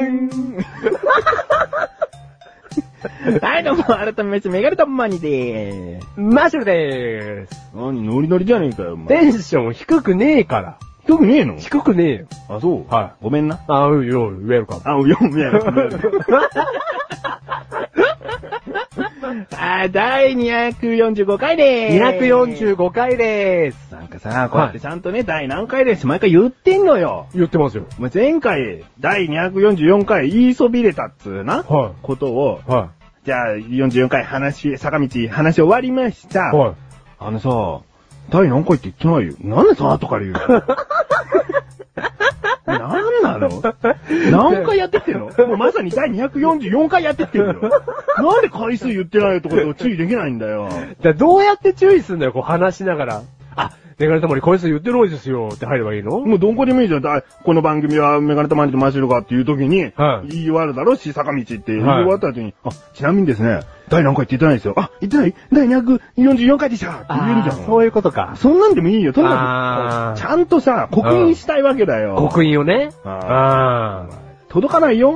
ン。 はい、どうも、改めまして、メガネタマニでーす。 マッシュルでーす。 何、ノリノリじゃねえかよ、お前。 テンション低くねえから。 低くねえの？ 低くねえよ。 あ、そう。 はい。 ごめんな。 あ、ウェルカム。 あ、ウェルカム。第245回でーす。 245回でーす。 なんかさ、こうやってちゃんとね、第何回です毎回言ってんのよ。 言ってますよ。 前回、第244回言いそびれたっつうな、 はい。 ことを、 はじゃあ44回坂道話終わりました。 い。はい。 あのさ、第何回って言ってないよ。なんでさ、後から言うのなんなの何回やってってんのもうまさに第244回やってってるよ。なんで回数言ってないってことを注意できないんだよ。 じゃあどうやって注意すんだよ、こう話しながら。あ、メガネたまに回数言ってないですよって入ればいいの？ もうどこでもいいじゃん。この番組はメガネたまにとマシルがっていう時に、 はい言い終わるだろし、坂道って言い終わった後に、ちなみにですね、第何回って言ってないですよ。言ってない第244回でしたって言えるじゃん。 そういうことか。 そんなんでもいいよ。とにかく、ちゃんとさ、刻印したいわけだよ。 刻印をね。 届かないよ。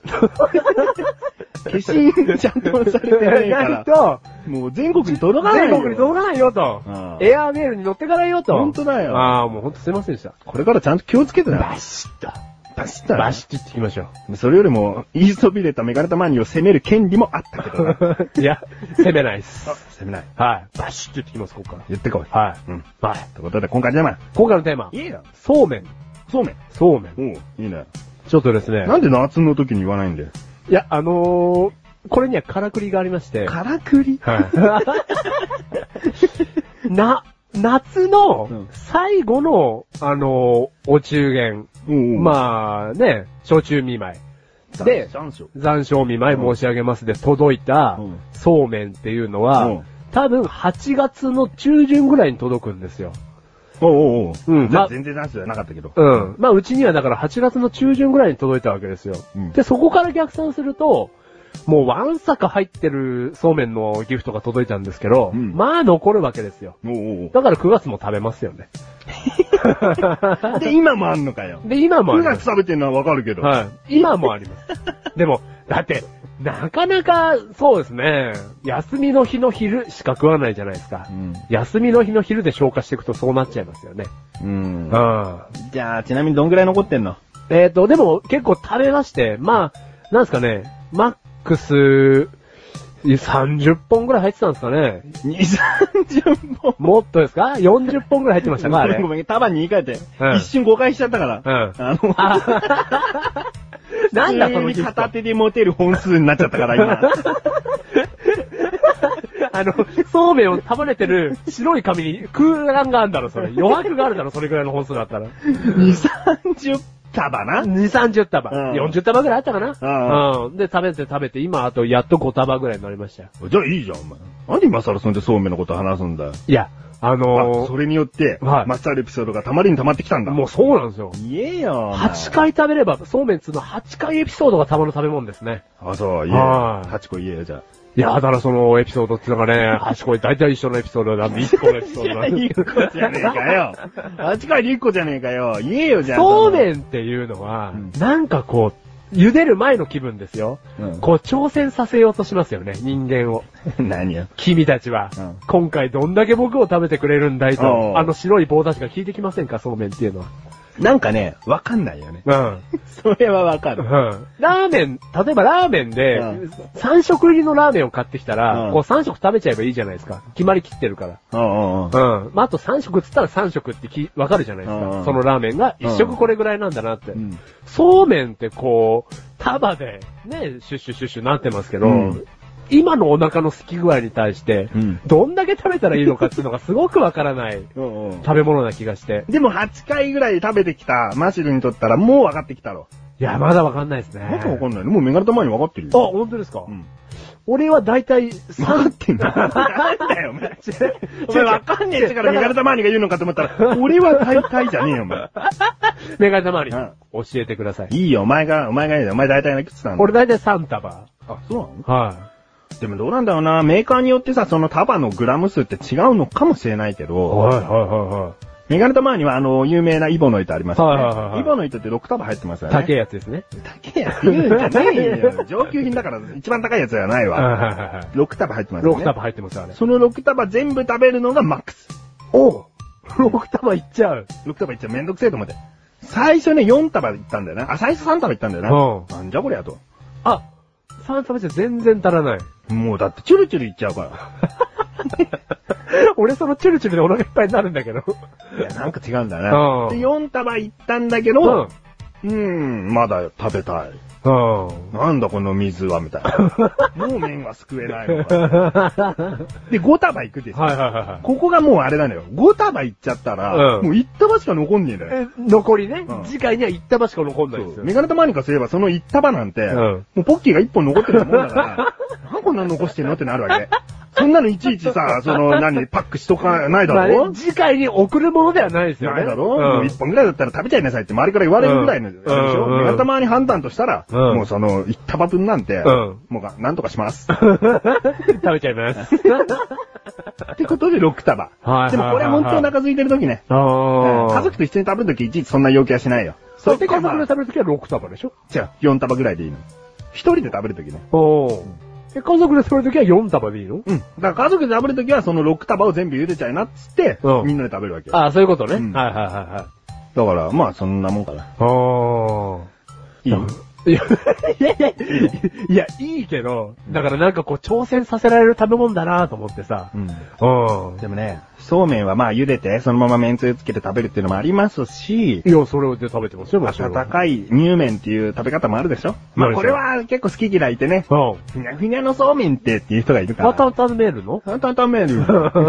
消印ちゃんとされてないから。 と、 もう全国に届かないよ。 全国に届かないよと。エアーメールに乗ってからよと。 ほんとだよ。 もうほんとすいませんでした。 これからちゃんと気をつけてな。 バシッと。 バシッと。 バシッと言ってきましょう。それよりも、言いそびれたメガネタマニを責める権利もあったけどな。 いや、責めないっす。 責めない。 はい。バシッと言ってきます、ここから。 言ってこい。 はい。 うん。はい。ということで、今回のテーマ。 今回のテーマ。 いいよ。 そうめん。 そうめん。 そうめん。 おう、いいね。 ちょっとですね。 なんで夏の時に言わないんだよ。 いや、これにはからくりがありまして。 からくり？ はい。夏の最後の、お中元。まあね、焼酎見舞い。で、残暑見舞い申し上げますで届いたそうめんっていうのは、多分8月の中旬ぐらいに届くんですよ。 うん。全然残暑じゃなかったけど。 うん。まあうちにはだから8月の中旬ぐらいに届いたわけですよ。で、そこから逆算すると、もうワンサカ入ってるそうめんのギフトが届いたんですけど、まあ残るわけですよ。だから9月も食べますよね。 で、今もあんのかよ。 で、今もあります。 9月食べてるのはわかるけど。 はい。今もあります。でも、だって、なかなか、そうですね、休みの日の昼しか食わないじゃないですか。休みの日の昼で消化していくとそうなっちゃいますよね。 じゃあ、ちなみにどんぐらい残ってんの？ でも結構食べまして、まあ、なんですかね、マックス、30本ぐらい入ってたんですかね。 30本もっとですか ?40 本ぐらい入ってましたかあれ。 ごめん、束に言い換えて。一瞬誤解しちゃったから。 なんだその片手で持てる本数になっちゃったから、今。 そうめんを束ねてる白い紙に空欄があるんだろ、それ。余白があるだろ、それくらいの本数だったら。 2、30束な ?2、30束。40束ぐらいあったかなで、食べて、今あとやっと5束ぐらいになりましたよ。 じゃあいいじゃん、お前。なんで今更そんでそうめんのこと話すんだよ。 いや、 それによって、マスターエピソードがたまりにたまってきたんだ。 もうそうなんですよ。 言えよ。 8回食べれば、そうめんつうの8回エピソードがたまる食べ物ですね。 そう、言えよ。8個言えよ、じゃあ。 いや、だからそのエピソードっていうのがね、8個大体一緒のエピソードなんで1個のエピソードなんで。 1個じゃねえかよ。8回で1個じゃねえかよ。言えよ、じゃあ。 そうめんっていうのは、なんかこう、茹でる前の気分ですよ。こう挑戦させようとしますよね、人間を。 何よ。 君たちは、今回どんだけ僕を食べてくれるんだいと、白い棒たちが聞いてきませんか、そうめんっていうのは。 なんかね、わかんないよね。それはわかる。 ラーメン、例えばラーメンで、3食入りのラーメンを買ってきたら、こう3食食べちゃえばいいじゃないですか。決まりきってるから。まあ、あと3食っつったら3食ってわかるじゃないですか。そのラーメンが1食これぐらいなんだなって。そうめんってこう、束で、ね、シュッシュシュッシュなってますけど、1 今のお腹の空き具合に対して、どんだけ食べたらいいのかっていうのがすごくわからない食べ物な気がして。 でも8回ぐらい食べてきたマシルにとったらもう分かってきたろ。 いや、まだわかんないですね。 まだわかんないの？もうメガネた前に分かってるよ。 あ、本当ですか？俺は大体分かってんだ。なんだよ、お前。お前分かんねえってからメガネたまにが言うのかと思ったら、俺は大体じゃねえよ、お前。 メガネたまに。教えてください。 いいよ、お前がいいよ。お前大体いくつなんだ？ 俺大体3束。 あ、そうなの？ はい。 でもどうなんだろうな、メーカーによってさ、その束のグラム数って違うのかもしれないけど、 はい。 メガネたまには有名なイボの糸ありますよね。 はい。 イボの糸って6束入ってますよね。 高いやつですね。 高いやつ言うんじゃねえよ。上級品だから一番高いやつじゃないわ。6束入ってますよね。 6束入ってますよね。 その6束全部食べるのがマックス。 おう !6 束いっちゃう。 6束いっちゃう。めんどくせえと思って。最初ね、4束いったんだよな。あ、最初3束いったんだよな。なんじゃこりゃと。 あ、3束じゃ全然足らない。 もうだってチュルチュルいっちゃうから。 俺そのチュルチュルでお腹いっぱいになるんだけど。 いや、なんか違うんだな。で、4束いったんだけど、まだ食べたい。なんだこの水は、みたいな。もう麺はすくえないのか。で、5束いくでしょ。ここがもうあれなのよ。5束いっちゃったら、もう1束しか残んねえんだよ。 残りね。次回には1束しか残んないんですよ。 メガネたまにかすればその1束なんて、もうポッキーが1本残ってるもんだから、なんこんな残してんのってなるわけ。そんなのいちいちさ、パックしとかないだろ？ 次回に送るものではないですよね。 ないだろ？もう1本ぐらいだったら食べちゃいなさいって周りから言われるぐらいの、でしょ？メガネたまに判断としたら、もうその1束分なんて、もうなんとかします。 食べちゃいます。 ってことで6束。でもこれ本当お腹空いてる時ね。家族と一緒に食べる時いちいちそんな要求はしないよ。 そうやって家族で食べる時は6束でしょ？ じゃあ4束ぐらいでいいの。一人で食べる時ね。 家族で食べるときは4束でいいの？ だから家族で食べるときはその6束を全部茹でちゃいなっつって、みんなで食べるわけ。 ああ、そういうことね。 はい。だから、まあそんなもんかな。いい？ いや、いいけど、だからなんかこう挑戦させられる食べ物だなと思ってさ。 でもね、そうめんはまあ茹でて、そのままめんつゆつけて食べるっていうのもありますし、 いや、それで食べてますよ、 温かい乳麺っていう食べ方もあるでしょ？まあこれは結構好き嫌いいてね、ふにゃふにゃのそうめんっていう人がいるから。 温めるの？ 温める。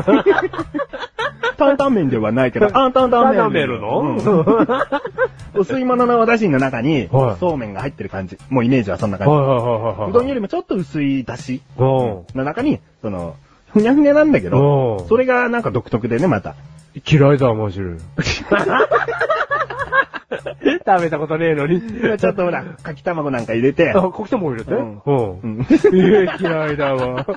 担々麺ではないけど、担々 めるの？ 薄いもののお出汁の中に、そうめんが入ってる感じ。もうイメージはそんな感じ。うどんよりもちょっと薄い出汁の中に、ふにゃふにゃなんだけど、それがなんか独特でね、また。 嫌いだ、マジで。食べたことねえのに。 ちょっとほら、かき卵なんか入れて。 かき卵入れて？嫌いだわ。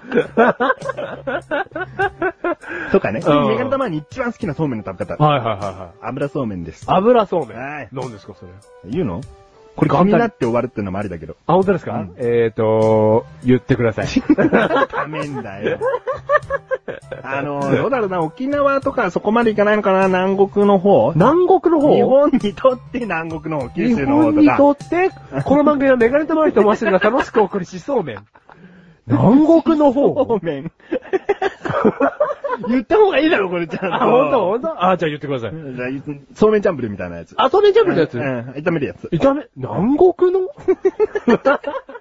とかね。メガネたまに一番好きなそうめんの食べ方。油そうめんです。 油そうめん。何ですか、それ。 言うの？これ気になって終わるっていうのもありだけど。 あ、本当ですか？言ってください。 ダメんだよ。どうだろうな、沖縄とかそこまで行かないのかな、南国の方？ 南国の方？ 日本にとって南国の方、九州の方とか。 日本にとって、この番組はメガネたまりとマシルが楽しくお送りしそうめん。南国の方？ そうめん。言った方がいいだろ、これちゃんと。 あ、ほんと？あ、じゃあ言ってください。 じゃあ、そうめんチャンプルみたいなやつ。 あ、そうめんチャンプルのやつ？ 炒めるやつ。 南国の